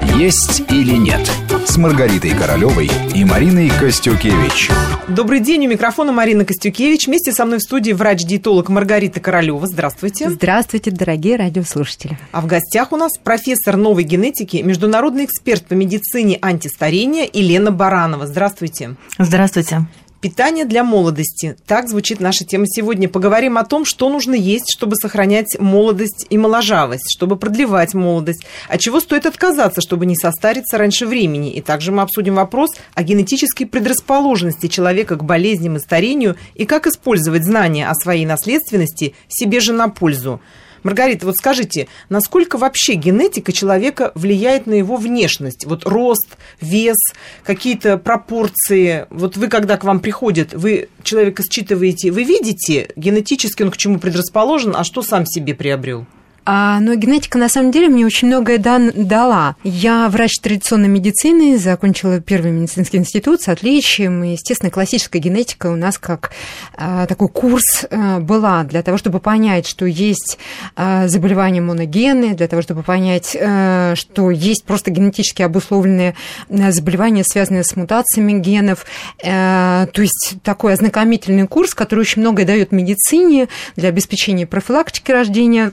«Есть или нет» с Маргаритой Королевой и Мариной Костюкевич. Добрый день, у микрофона Марина Костюкевич. Вместе со мной в студии врач-диетолог Маргарита Королева. Здравствуйте. Здравствуйте, дорогие радиослушатели. А в гостях у нас профессор новой генетики, международный эксперт по медицине антистарения Елена Баранова. Здравствуйте. Здравствуйте. Питание для молодости. Так звучит наша тема сегодня. Поговорим о том, что нужно есть, чтобы сохранять молодость и моложавость, чтобы продлевать молодость. От чего стоит отказаться, чтобы не состариться раньше времени. И также мы обсудим вопрос о генетической предрасположенности человека к болезням и старению и как использовать знания о своей наследственности себе же на пользу. Маргарита, вот скажите, насколько вообще генетика человека влияет на его внешность? Вот рост, вес, какие-то пропорции. Вот вы, когда к вам приходят, вы человека считываете, вы видите генетически он к чему предрасположен, а что сам себе приобрел? Но генетика, на самом деле, мне очень многое дала. Я врач традиционной медицины, закончила первый медицинский институт с отличием. И, естественно, классическая генетика у нас как такой курс была для того, чтобы понять, что есть заболевания моногенные, для того, чтобы понять, что есть просто генетически обусловленные заболевания, связанные с мутациями генов. То есть такой ознакомительный курс, который очень многое дает медицине для обеспечения профилактики рождения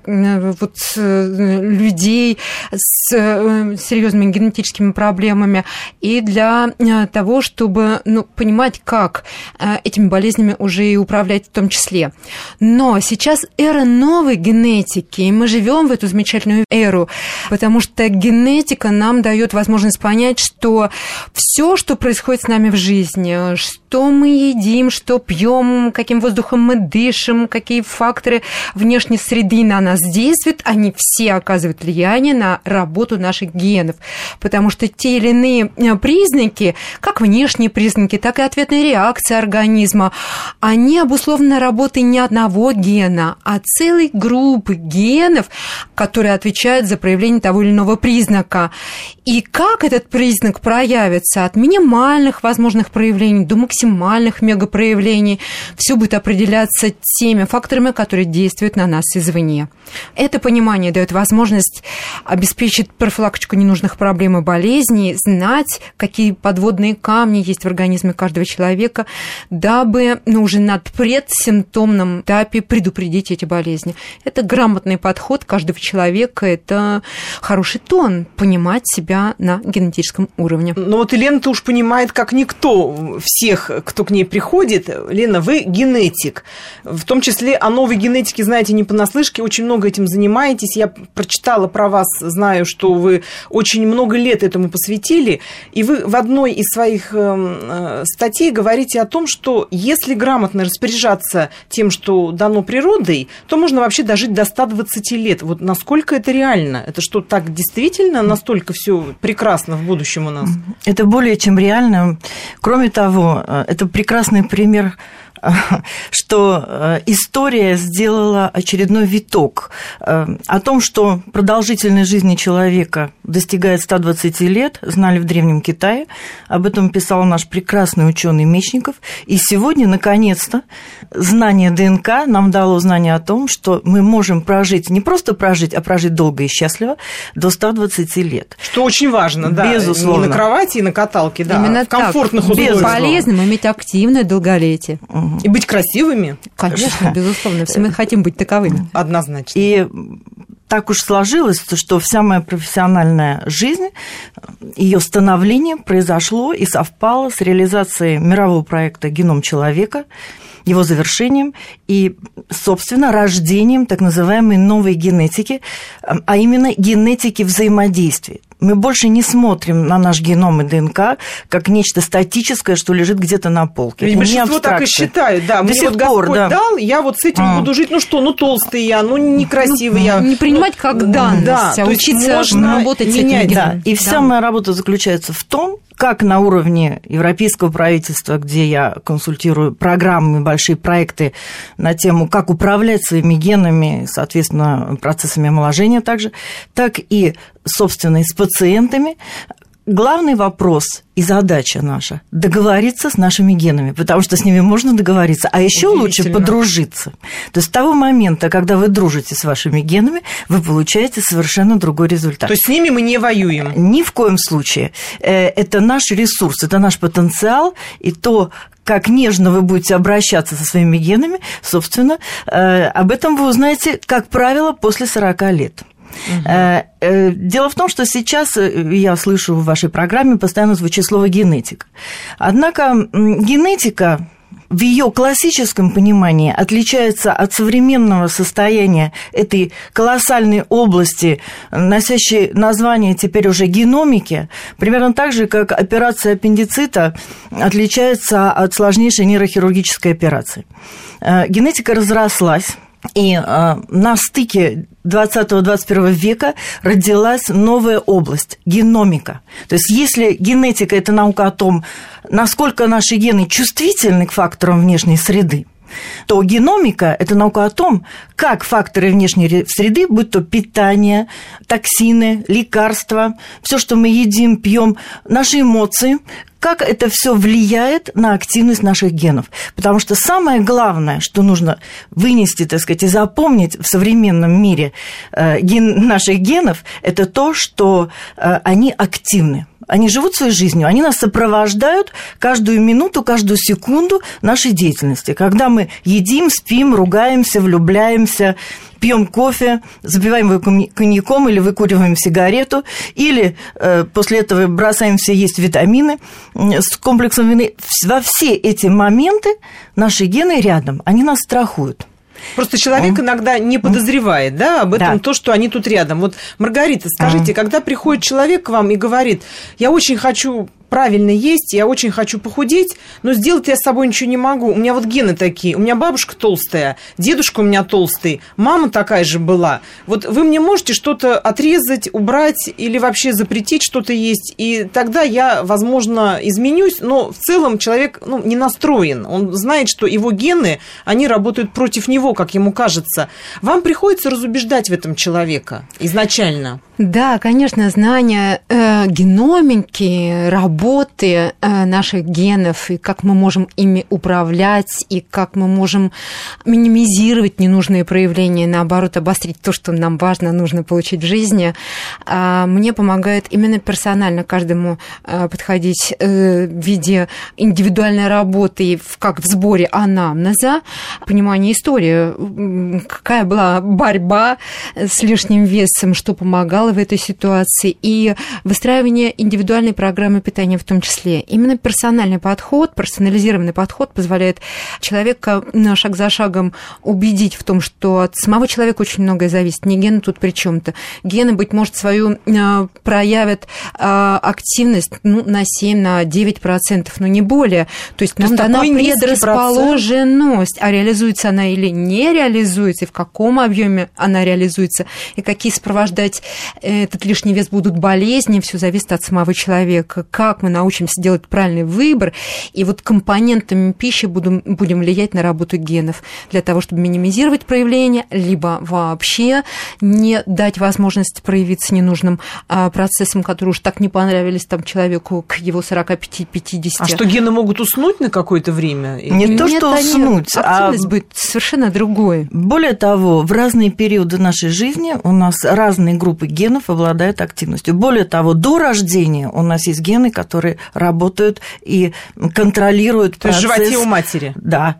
людей с серьезными генетическими проблемами и для того, чтобы понимать, как этими болезнями уже и управлять в том числе. Но сейчас эра новой генетики, и мы живем в эту замечательную эру, потому что генетика нам дает возможность понять, что все, что происходит с нами в жизни, что мы едим, что пьем, каким воздухом мы дышим, какие факторы внешней среды на нас действуют, они все оказывают влияние на работу наших генов, потому что те или иные признаки, как внешние признаки, так и ответные реакции организма, они обусловлены работой не одного гена, а целой группы генов, которые отвечают за проявление того или иного признака. И как этот признак проявится от минимальных возможных проявлений до максимальных мегапроявлений, все будет определяться теми факторами, которые действуют на нас извне. Это понимание дает возможность обеспечить профилактику ненужных проблем и болезней, знать, какие подводные камни есть в организме каждого человека, дабы уже на предсимптомном этапе предупредить эти болезни. Это грамотный подход каждого человека, это хороший тон, понимать себя на генетическом уровне. Ну вот Елена-то уж понимает, как никто, всех, кто к ней приходит. Лена, вы генетик. В том числе о новой генетике знаете не понаслышке, очень много этим занимаетесь. Я прочитала про вас, знаю, что вы очень много лет этому посвятили, и вы в одной из своих статей говорите о том, что если грамотно распоряжаться тем, что дано природой, то можно вообще дожить до 120 лет. Вот насколько это реально? Это что, так действительно настолько все прекрасно в будущем у нас? Это более чем реально. Кроме того, это прекрасный пример, что история сделала очередной виток о том, что продолжительность жизни человека достигает 120 лет, знали в Древнем Китае, об этом писал наш прекрасный ученый Мечников, и сегодня, наконец-то, знание ДНК нам дало знание о том, что мы можем прожить, не просто прожить, а прожить долго и счастливо до 120 лет. Что очень важно, да. Безусловно. Не на кровати и на каталке, да, именно в комфортных так. условиях. Полезным иметь активное долголетие. И быть красивыми. Конечно, безусловно, все мы хотим быть таковыми. Однозначно. И так уж сложилось, что вся моя профессиональная жизнь, ее становление произошло и совпало с реализацией мирового проекта «Геном человека», его завершением и, собственно, рождением так называемой новой генетики, а именно генетики взаимодействия. Мы больше не смотрим на наш геном и ДНК как нечто статическое, что лежит где-то на полке. Ведь большинство так и считают, да. Мне вот Господь дал, я вот с этим буду жить. Ну что, толстый я, некрасивый я. Не принимать как данность, а учиться работать с этим геном. И вся моя работа заключается в том, как на уровне европейского правительства, где я консультирую программы, большие проекты на тему, как управлять своими генами, соответственно, процессами омоложения также, так и, собственно, и с пациентами, главный вопрос и задача наша – договориться с нашими генами, потому что с ними можно договориться, а еще лучше подружиться. То есть с того момента, когда вы дружите с вашими генами, вы получаете совершенно другой результат. То есть с ними мы не воюем? Ни в коем случае. Это наш ресурс, это наш потенциал, и то, как нежно вы будете обращаться со своими генами, собственно, об этом вы узнаете, как правило, после 40 лет. Дело в том, что сейчас я слышу в вашей программе постоянно звучит слово генетика. Однако генетика в ее классическом понимании отличается от современного состояния этой колоссальной области, носящей название теперь уже геномики, примерно так же, как операция аппендицита отличается от сложнейшей нейрохирургической операции. Генетика разрослась. И на стыке 20-21 века родилась новая область – геномика. То есть если генетика – это наука о том, насколько наши гены чувствительны к факторам внешней среды, то геномика – это наука о том, как факторы внешней среды, будь то питание, токсины, лекарства, все, что мы едим, пьем, наши эмоции, как это все влияет на активность наших генов. Потому что самое главное, что нужно вынести, так сказать, и запомнить в современном мире наших генов, это то, что они активны. Они живут своей жизнью, они нас сопровождают каждую минуту, каждую секунду нашей деятельности. Когда мы едим, спим, ругаемся, влюбляемся, пьем кофе, запиваем его коньяком или выкуриваем сигарету, или после этого бросаемся есть витамины с комплексом вины. Во все эти моменты наши гены рядом, они нас страхуют. Просто человек иногда не подозревает, да, об этом, то, что они тут рядом. Вот, Маргарита, скажите, когда приходит человек к вам и говорит: я очень хочу правильно есть, я очень хочу похудеть, но сделать я с собой ничего не могу. У меня вот гены такие, у меня бабушка толстая, дедушка у меня толстый, мама такая же была. Вот вы мне можете что-то отрезать, убрать или вообще запретить что-то есть, и тогда я, возможно, изменюсь, но в целом человек не настроен. Он знает, что его гены, они работают против него, как ему кажется. Вам приходится разубеждать в этом человека изначально? Да, конечно, знание геномики, работы наших генов, и как мы можем ими управлять, и как мы можем минимизировать ненужные проявления, наоборот, обострить то, что нам важно, нужно получить в жизни, мне помогает именно персонально каждому подходить в виде индивидуальной работы, как в сборе анамнеза, понимание истории, какая была борьба с лишним весом, что помогало в этой ситуации, и выстраивание индивидуальной программы питания в том числе. Именно персональный подход, персонализированный подход позволяет человека шаг за шагом убедить в том, что от самого человека очень многое зависит. Не гены тут при чем-то. Гены, быть может, свою проявят активность на 7, на 9%, но не более. То есть нам дана предрасположенность, а реализуется она или не реализуется, и в каком объеме она реализуется, и какие сопровождать этот лишний вес будут болезни, все зависит от самого человека. Как мы научимся делать правильный выбор, и вот компонентами пищи будем влиять на работу генов для того, чтобы минимизировать проявления, либо вообще не дать возможность проявиться ненужным процессам, которые уж так не понравились человеку к его 45-50. А что, гены могут уснуть на какое-то время? Не то, что уснуть, активность будет совершенно другой. Более того, в разные периоды нашей жизни у нас разные группы генов обладают активностью. Более того, до рождения у нас есть гены, которые работают и контролируют процесс. То есть в животе у матери. Да,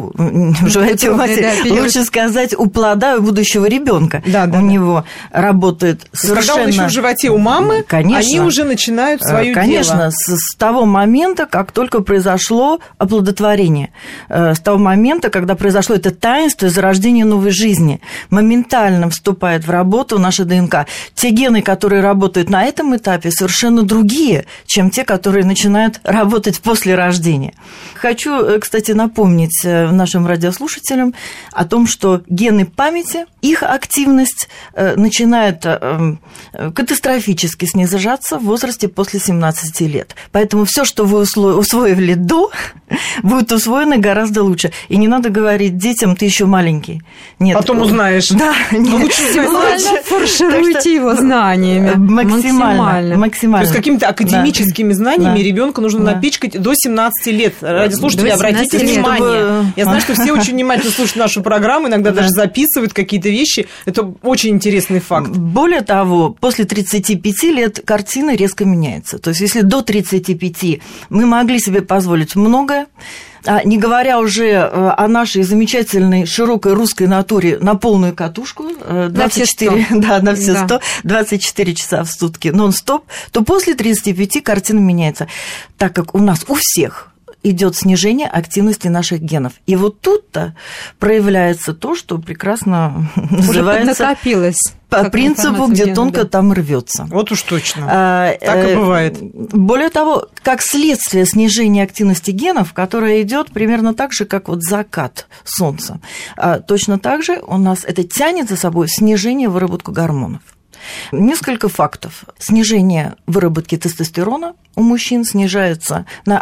в животе у матери. Лучше сказать, у плода у будущего ребенка. У него работает совершенно... Когда он еще в животе у мамы, они уже начинают свое дело. Конечно, с того момента, как только произошло оплодотворение, с того момента, когда произошло это таинство зарождения новой жизни, моментально вступает в работу наша ДНК. Те гены, которые работают на этом этапе, совершенно другие, чем те, которые начинают работать после рождения. Хочу, кстати, напомнить нашим радиослушателям о том, что гены памяти, их активность начинает катастрофически снижаться в возрасте после 17 лет. Поэтому все, что вы усвоили до, будет усвоено гораздо лучше. И не надо говорить детям: ты еще маленький. Нет. Потом узнаешь. Да, лучше фаршируйте его. его знаниями. Максимально. То есть какими-то академическими знаниями ребенка нужно напичкать до 17 лет. Ради слушателей обратите внимание. Я знаю, что все очень внимательно слушают нашу программу, иногда даже записывают какие-то вещи. Это очень интересный факт. Более того, после 35 лет картина резко меняется. То есть если до 35 мы могли себе позволить многое, не говоря уже о нашей замечательной широкой русской натуре на полную катушку, 24, на все 100, 24 часа в сутки нон-стоп, то после 35 картина меняется, так как у нас у всех идет снижение активности наших генов. И вот тут-то проявляется то, что прекрасно называется... Уже накопилось. По принципу, где тонко, там рвется. Вот уж точно. Так и бывает. Более того, как следствие снижения активности генов, которое идет примерно так же, как вот закат солнца, точно так же у нас это тянет за собой снижение выработки гормонов. Несколько фактов. Снижение выработки тестостерона у мужчин снижается на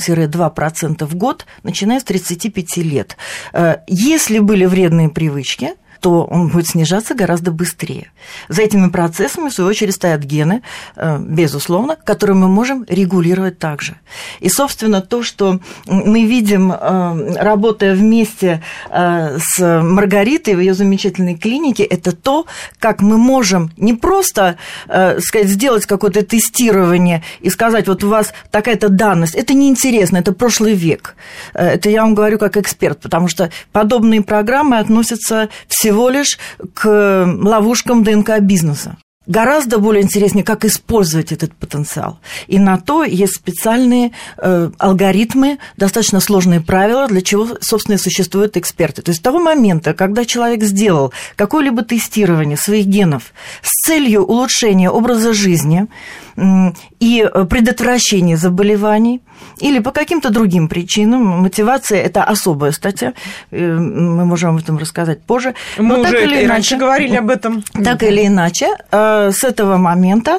1-2% в год, начиная с 35 лет. Если были вредные привычки, то он будет снижаться гораздо быстрее. За этими процессами, в свою очередь, стоят гены, безусловно, которые мы можем регулировать также. И, собственно, то, что мы видим, работая вместе с Маргаритой в ее замечательной клинике, это то, как мы можем не просто сделать какое-то тестирование и сказать, вот у вас такая-то данность, это неинтересно, это прошлый век. Это я вам говорю как эксперт, потому что подобные программы относятся всего лишь к ловушкам ДНК-бизнеса. Гораздо более интереснее, как использовать этот потенциал. И на то есть специальные алгоритмы, достаточно сложные правила, для чего, собственно, и существуют эксперты. То есть с того момента, когда человек сделал какое-либо тестирование своих генов с целью улучшения образа жизни и предотвращения заболеваний, или по каким-то другим причинам, мотивация – это особая статья, мы можем об этом рассказать позже. Мы уже и раньше говорили об этом. Так или иначе, с этого момента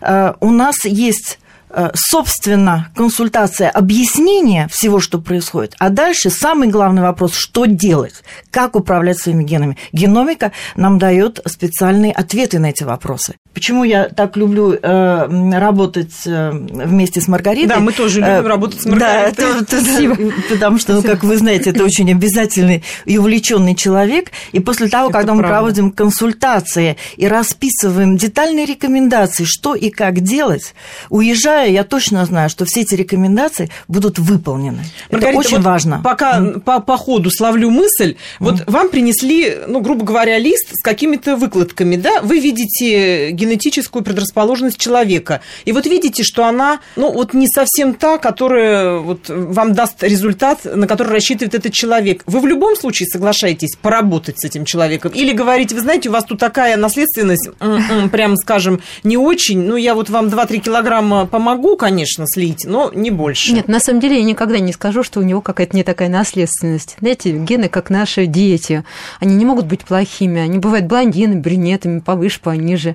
у нас есть, собственно, консультация, объяснение всего, что происходит. А дальше самый главный вопрос – что делать, как управлять своими генами. Геномика нам дает специальные ответы на эти вопросы. Почему я так люблю работать вместе с Маргаритой? Да, мы тоже любим работать с Маргаритой. Да, потому что, как вы знаете, это очень обязательный и увлеченный человек. И после того, когда мы проводим консультации и расписываем детальные рекомендации, что и как делать, уезжая, я точно знаю, что все эти рекомендации будут выполнены. Маргарита, это очень важно. Пока по ходу словлю мысль, вот вам принесли, грубо говоря, лист с какими-то выкладками, да? Вы видите генетическую предрасположенность человека. И вот видите, что она, не совсем та, которая вам даст результат, на который рассчитывает этот человек. Вы в любом случае соглашаетесь поработать с этим человеком? Или говорите, вы знаете, у вас тут такая наследственность, прямо скажем, не очень, я вам 2-3 килограмма помогу, конечно, слить, но не больше. Нет, на самом деле я никогда не скажу, что у него какая-то не такая наследственность. Знаете, гены, как наши дети, они не могут быть плохими, они бывают блондинами, брюнетами, повыше, пониже.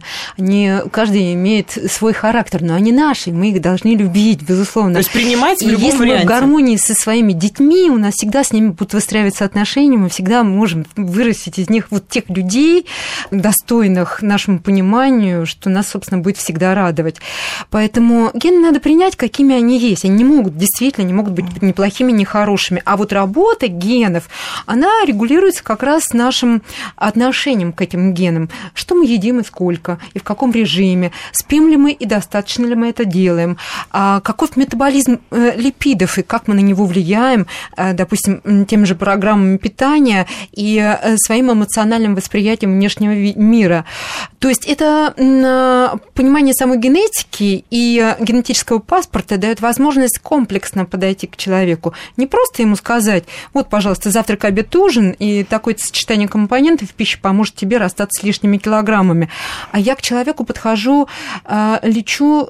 Каждый имеет свой характер, но они наши, мы их должны любить, безусловно. То есть принимать в любом варианте. Если мы в гармонии со своими детьми, у нас всегда с ними будут выстраиваться отношения, мы всегда можем вырастить из них тех людей, достойных нашему пониманию, что нас, собственно, будет всегда радовать. Поэтому гены надо принять, какими они есть. Они действительно не могут быть ни плохими, ни хорошими. А работа генов, она регулируется как раз нашим отношением к этим генам. Что мы едим и сколько, и в каком режиме, спим ли мы и достаточно ли мы это делаем, каков метаболизм липидов и как мы на него влияем, допустим, теми же программами питания и своим эмоциональным восприятием внешнего мира. То есть это понимание самой генетики и генетического паспорта дает возможность комплексно подойти к человеку. Не просто ему сказать, пожалуйста, завтрак, обед, ужин, и такое-то сочетание компонентов в пище поможет тебе расстаться с лишними килограммами. А я к человеку подхожу, лечу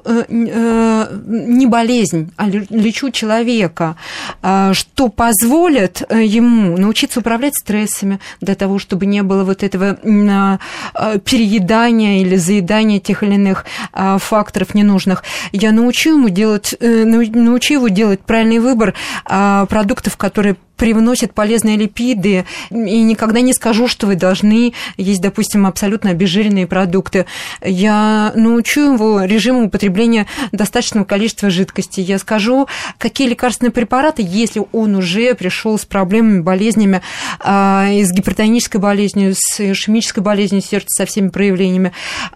не болезнь, а лечу человека, что позволит ему научиться управлять стрессами для того, чтобы не было этого переедания или заедания тех или иных факторов ненужных. Я я научу его делать правильный выбор продуктов, которые привносят полезные липиды, и никогда не скажу, что вы должны есть, допустим, абсолютно обезжиренные продукты. Я научу его режиму употребления достаточного количества жидкости. Я скажу, какие лекарственные препараты, если он уже пришел с проблемами, болезнями, с гипертонической болезнью, с ишемической болезнью сердца, со всеми проявлениями.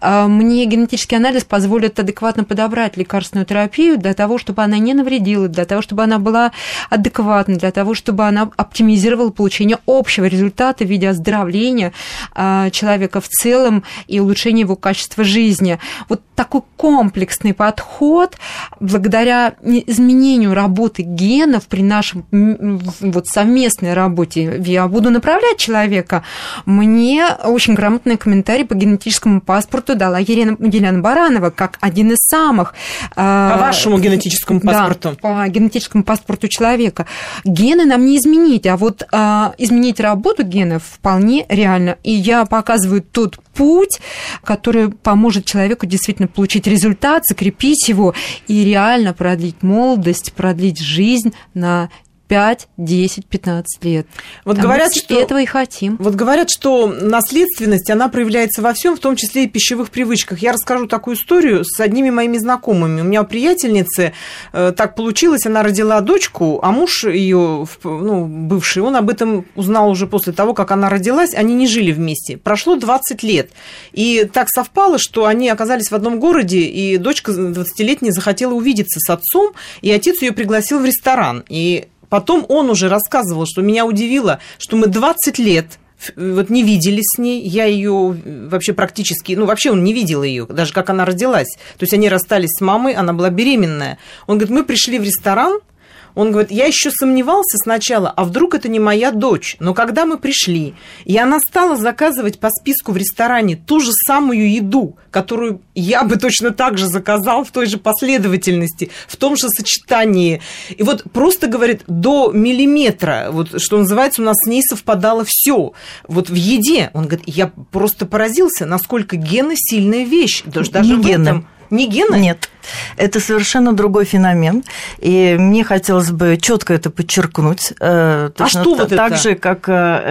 Мне генетический анализ позволит адекватно подобрать лекарственную терапию для того, чтобы она не навредила, для того, чтобы она была адекватна, для того, чтобы она оптимизировала получение общего результата в виде оздоровления человека в целом и улучшения его качества жизни. Вот такой комплексный подход, благодаря изменению работы генов при нашем вот совместной работе, я буду направлять человека. Мне очень грамотный комментарий по генетическому паспорту дала Елена Баранова, как один из самых. По вашему генетическому паспорту? Да, по генетическому паспорту человека. Гены нам не изменить, а вот изменить работу генов вполне реально. И я показываю тот путь, который поможет человеку действительно получить результат, закрепить его и реально продлить молодость, продлить жизнь на 5, 10, 15 лет. Вот говорят, мы что этого и хотим. Вот говорят, что наследственность, она проявляется во всем, в том числе и в пищевых привычках. Я расскажу такую историю с одними моими знакомыми. У меня у приятельницы так получилось, она родила дочку, а муж ее, бывший, он об этом узнал уже после того, как она родилась. Они не жили вместе. Прошло 20 лет. И так совпало, что они оказались в одном городе, и дочка 20-летняя захотела увидеться с отцом, и отец ее пригласил в ресторан. И потом он уже рассказывал, что меня удивило, что мы 20 лет вот не виделись с ней, я ее вообще практически, вообще он не видел ее, даже как она родилась. То есть они расстались с мамой, она была беременная. Он говорит, мы пришли в ресторан, он говорит, я еще сомневался сначала, а вдруг это не моя дочь. Но когда мы пришли, и она стала заказывать по списку в ресторане ту же самую еду, которую я бы точно так же заказал в той же последовательности, в том же сочетании. И вот просто, говорит, до миллиметра, вот что называется, у нас с ней совпадало все. Вот в еде, он говорит, я просто поразился, насколько гены сильная вещь. Даже в этом. Не гены? Нет. Это совершенно другой феномен, и мне хотелось бы четко это подчеркнуть. Что вот так это? же, как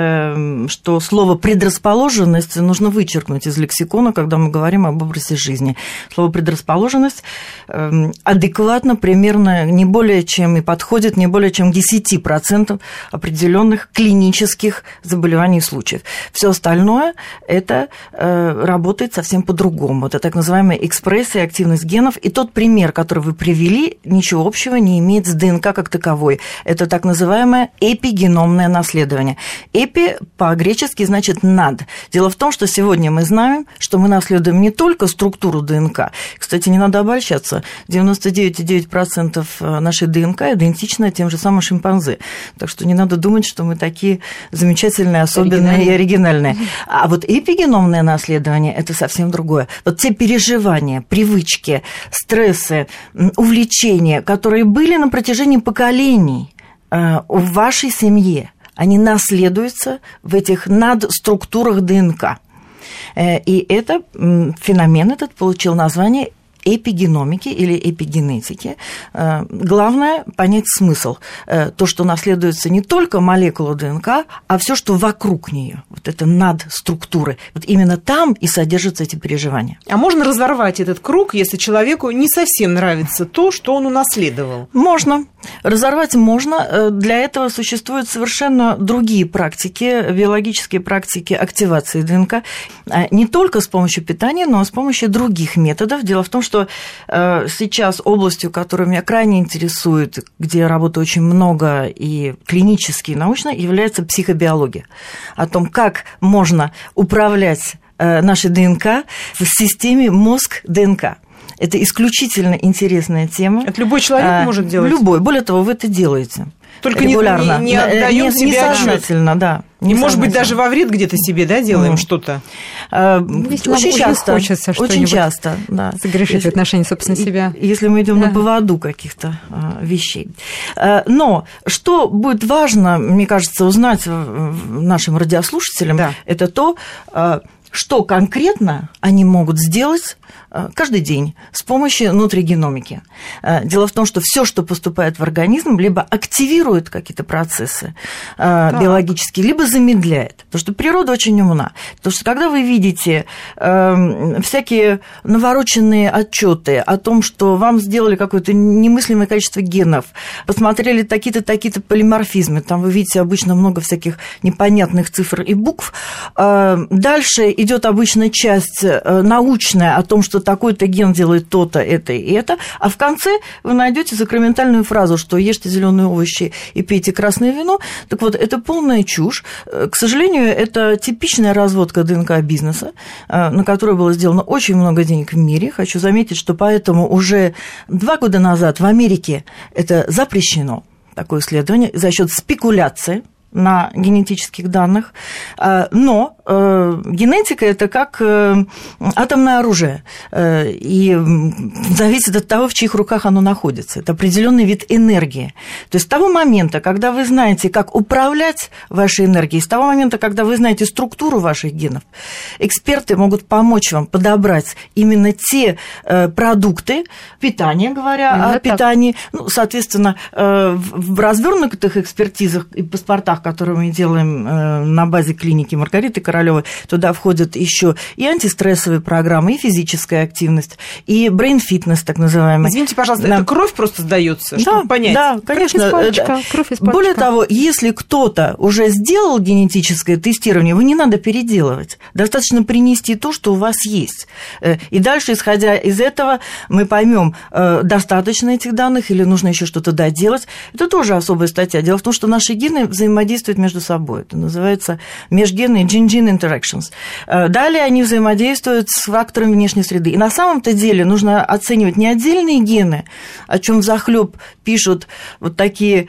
что слово предрасположенность нужно вычеркнуть из лексикона, когда мы говорим об образе жизни. Слово предрасположенность адекватно примерно не более чем и подходит не более чем к 10% определенных клинических заболеваний и случаев. Все остальное это работает совсем по-другому. Это так называемая экспрессия, активность генов. И тот пример, который вы привели, ничего общего не имеет с ДНК как таковой. Это так называемое эпигеномное наследование. Эпи по-гречески значит «над». Дело в том, что сегодня мы знаем, что мы наследуем не только структуру ДНК. Кстати, не надо обольщаться. 99,9% нашей ДНК идентична тем же самым шимпанзе. Так что не надо думать, что мы такие замечательные, особенные и оригинальные. А вот эпигеномное наследование – это совсем другое. Вот те переживания, привычки, стрессы, увлечения, которые были на протяжении поколений в вашей семье, они наследуются в этих надструктурах ДНК. И это феномен этот получил название эпигеномики или эпигенетики. Главное – понять смысл. То, что наследуется не только молекула ДНК, а все, что вокруг нее. Вот это надструктуры. Вот именно там и содержатся эти переживания. А можно разорвать этот круг, если человеку не совсем нравится то, что он унаследовал? Можно. Разорвать можно. Для этого существуют совершенно другие практики, биологические практики активации ДНК. Не только с помощью питания, но и с помощью других методов. Дело в том, что сейчас областью, которая меня крайне интересует, где я работаю очень много и клинически, и научно, является психобиология. О том, как можно управлять нашей ДНК в системе мозг-ДНК. Это исключительно интересная тема. Это любой человек может делать? Любой. Более того, вы это делаете. Только регулярно. не отдаём себе несознательно, да. И, может быть, даже во вред где-то себе, да, делаем что-то? Очень часто. Хочется очень часто, да. Согрешить в отношении, собственно, себя. Если мы идем на поводу каких-то вещей. Но что будет важно, мне кажется, узнать нашим радиослушателям, это то, что конкретно они могут сделать каждый день с помощью нутригеномики. Дело в том, что все, что поступает в организм, либо активирует какие-то процессы биологические, либо замедляет. Потому что природа очень умна. Потому что когда вы видите всякие навороченные отчеты о том, что вам сделали какое-то немыслимое количество генов, посмотрели такие-то полиморфизмы, там вы видите обычно много всяких непонятных цифр и букв. Дальше идет обычно часть научная о том, что такой-то ген делает то-то, это и это, а в конце вы найдете сакраментальную фразу, что ешьте зеленые овощи и пейте красное вино. Так вот, это полная чушь. К сожалению, это типичная разводка ДНК-бизнеса, на которой было сделано очень много денег в мире. Хочу заметить, что поэтому уже 2 года назад в Америке это запрещено, такое исследование, за счет спекуляции на генетических данных, но генетика – это как атомное оружие, и зависит от того, в чьих руках оно находится. Это определенный вид энергии. То есть с того момента, когда вы знаете, как управлять вашей энергией, с того момента, когда вы знаете структуру ваших генов, эксперты могут помочь вам подобрать именно те продукты питания, говоря о питании, ну, соответственно, в развернутых экспертизах и паспортах, которые мы делаем на базе клиники Маргариты Королёвой, туда входят еще и антистрессовые программы, и физическая активность, и brain-фитнес, так называемый. Извините, пожалуйста, это кровь просто сдается, чтобы понять? Да, конечно. Кровь из пальчика. Более того, если кто-то уже сделал генетическое тестирование, его не надо переделывать. Достаточно принести то, что у вас есть. И дальше, исходя из этого, мы поймем, достаточно этих данных или нужно еще что-то доделать. Это тоже особая статья. Дело в том, что наши гены взаимодействуют между собой. Это называется межгенные gene-gene interactions. Далее они взаимодействуют с факторами внешней среды. И на самом-то деле нужно оценивать не отдельные гены, о чем взахлёб пишут вот такие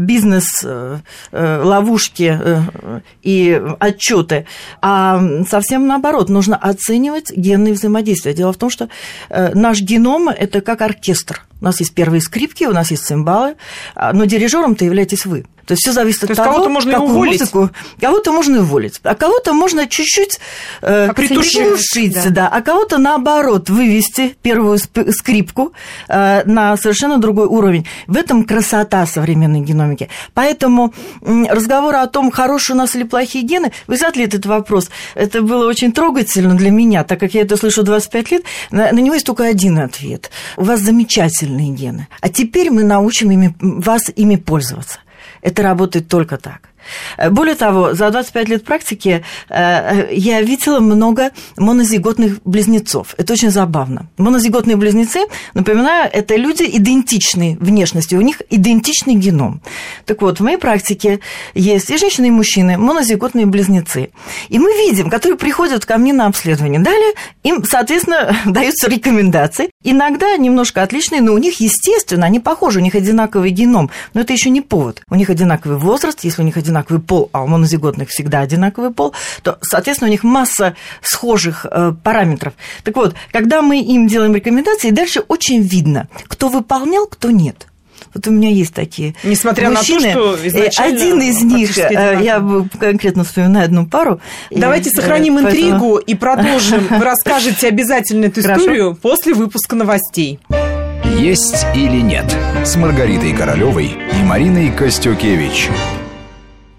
бизнес-ловушки и отчеты, а совсем наоборот, нужно оценивать генные взаимодействия. Дело в том, что наш геном – это как оркестр. У нас есть первые скрипки, у нас есть цимбалы, но дирижером-то являетесь вы. То есть все зависит от того, кого-то можно какую уволить. музыку. Кого-то можно уволить, а кого-то можно чуть-чуть притушить, да. А кого-то, наоборот, вывести первую скрипку на совершенно другой уровень. В этом красота современной геномики. Поэтому разговор о том, хорошие у нас или плохие гены, вы задали этот вопрос. Это было очень трогательно для меня, так как я это слышу 25 лет. На него есть только один ответ. У вас замечательные гены. А теперь мы научим вас ими пользоваться. Это работает только так. Более того, за 25 лет практики я видела много монозиготных близнецов. Это очень забавно. Монозиготные близнецы, напоминаю, это люди идентичной внешности, у них идентичный геном. Так вот, в моей практике есть и женщины, и мужчины, монозиготные близнецы. И мы видим, которые приходят ко мне на обследование. Далее им, соответственно, даются рекомендации. Иногда немножко отличные, но у них, естественно, они похожи, у них одинаковый геном. Но это еще не повод. У них одинаковый возраст, если у них одинаковый пол, а у монозиготных всегда одинаковый пол, то, соответственно, у них масса схожих параметров. Так вот, когда мы им делаем рекомендации, дальше очень видно, кто выполнял, кто нет. Вот у меня есть такие Несмотря мужчины. На то, что изначально один из них, я конкретно вспоминаю одну пару. Давайте сохраним интригу и продолжим. Вы расскажете обязательно эту историю после выпуска новостей. «Есть или нет» с Маргаритой Королёвой и Мариной Костюкевич.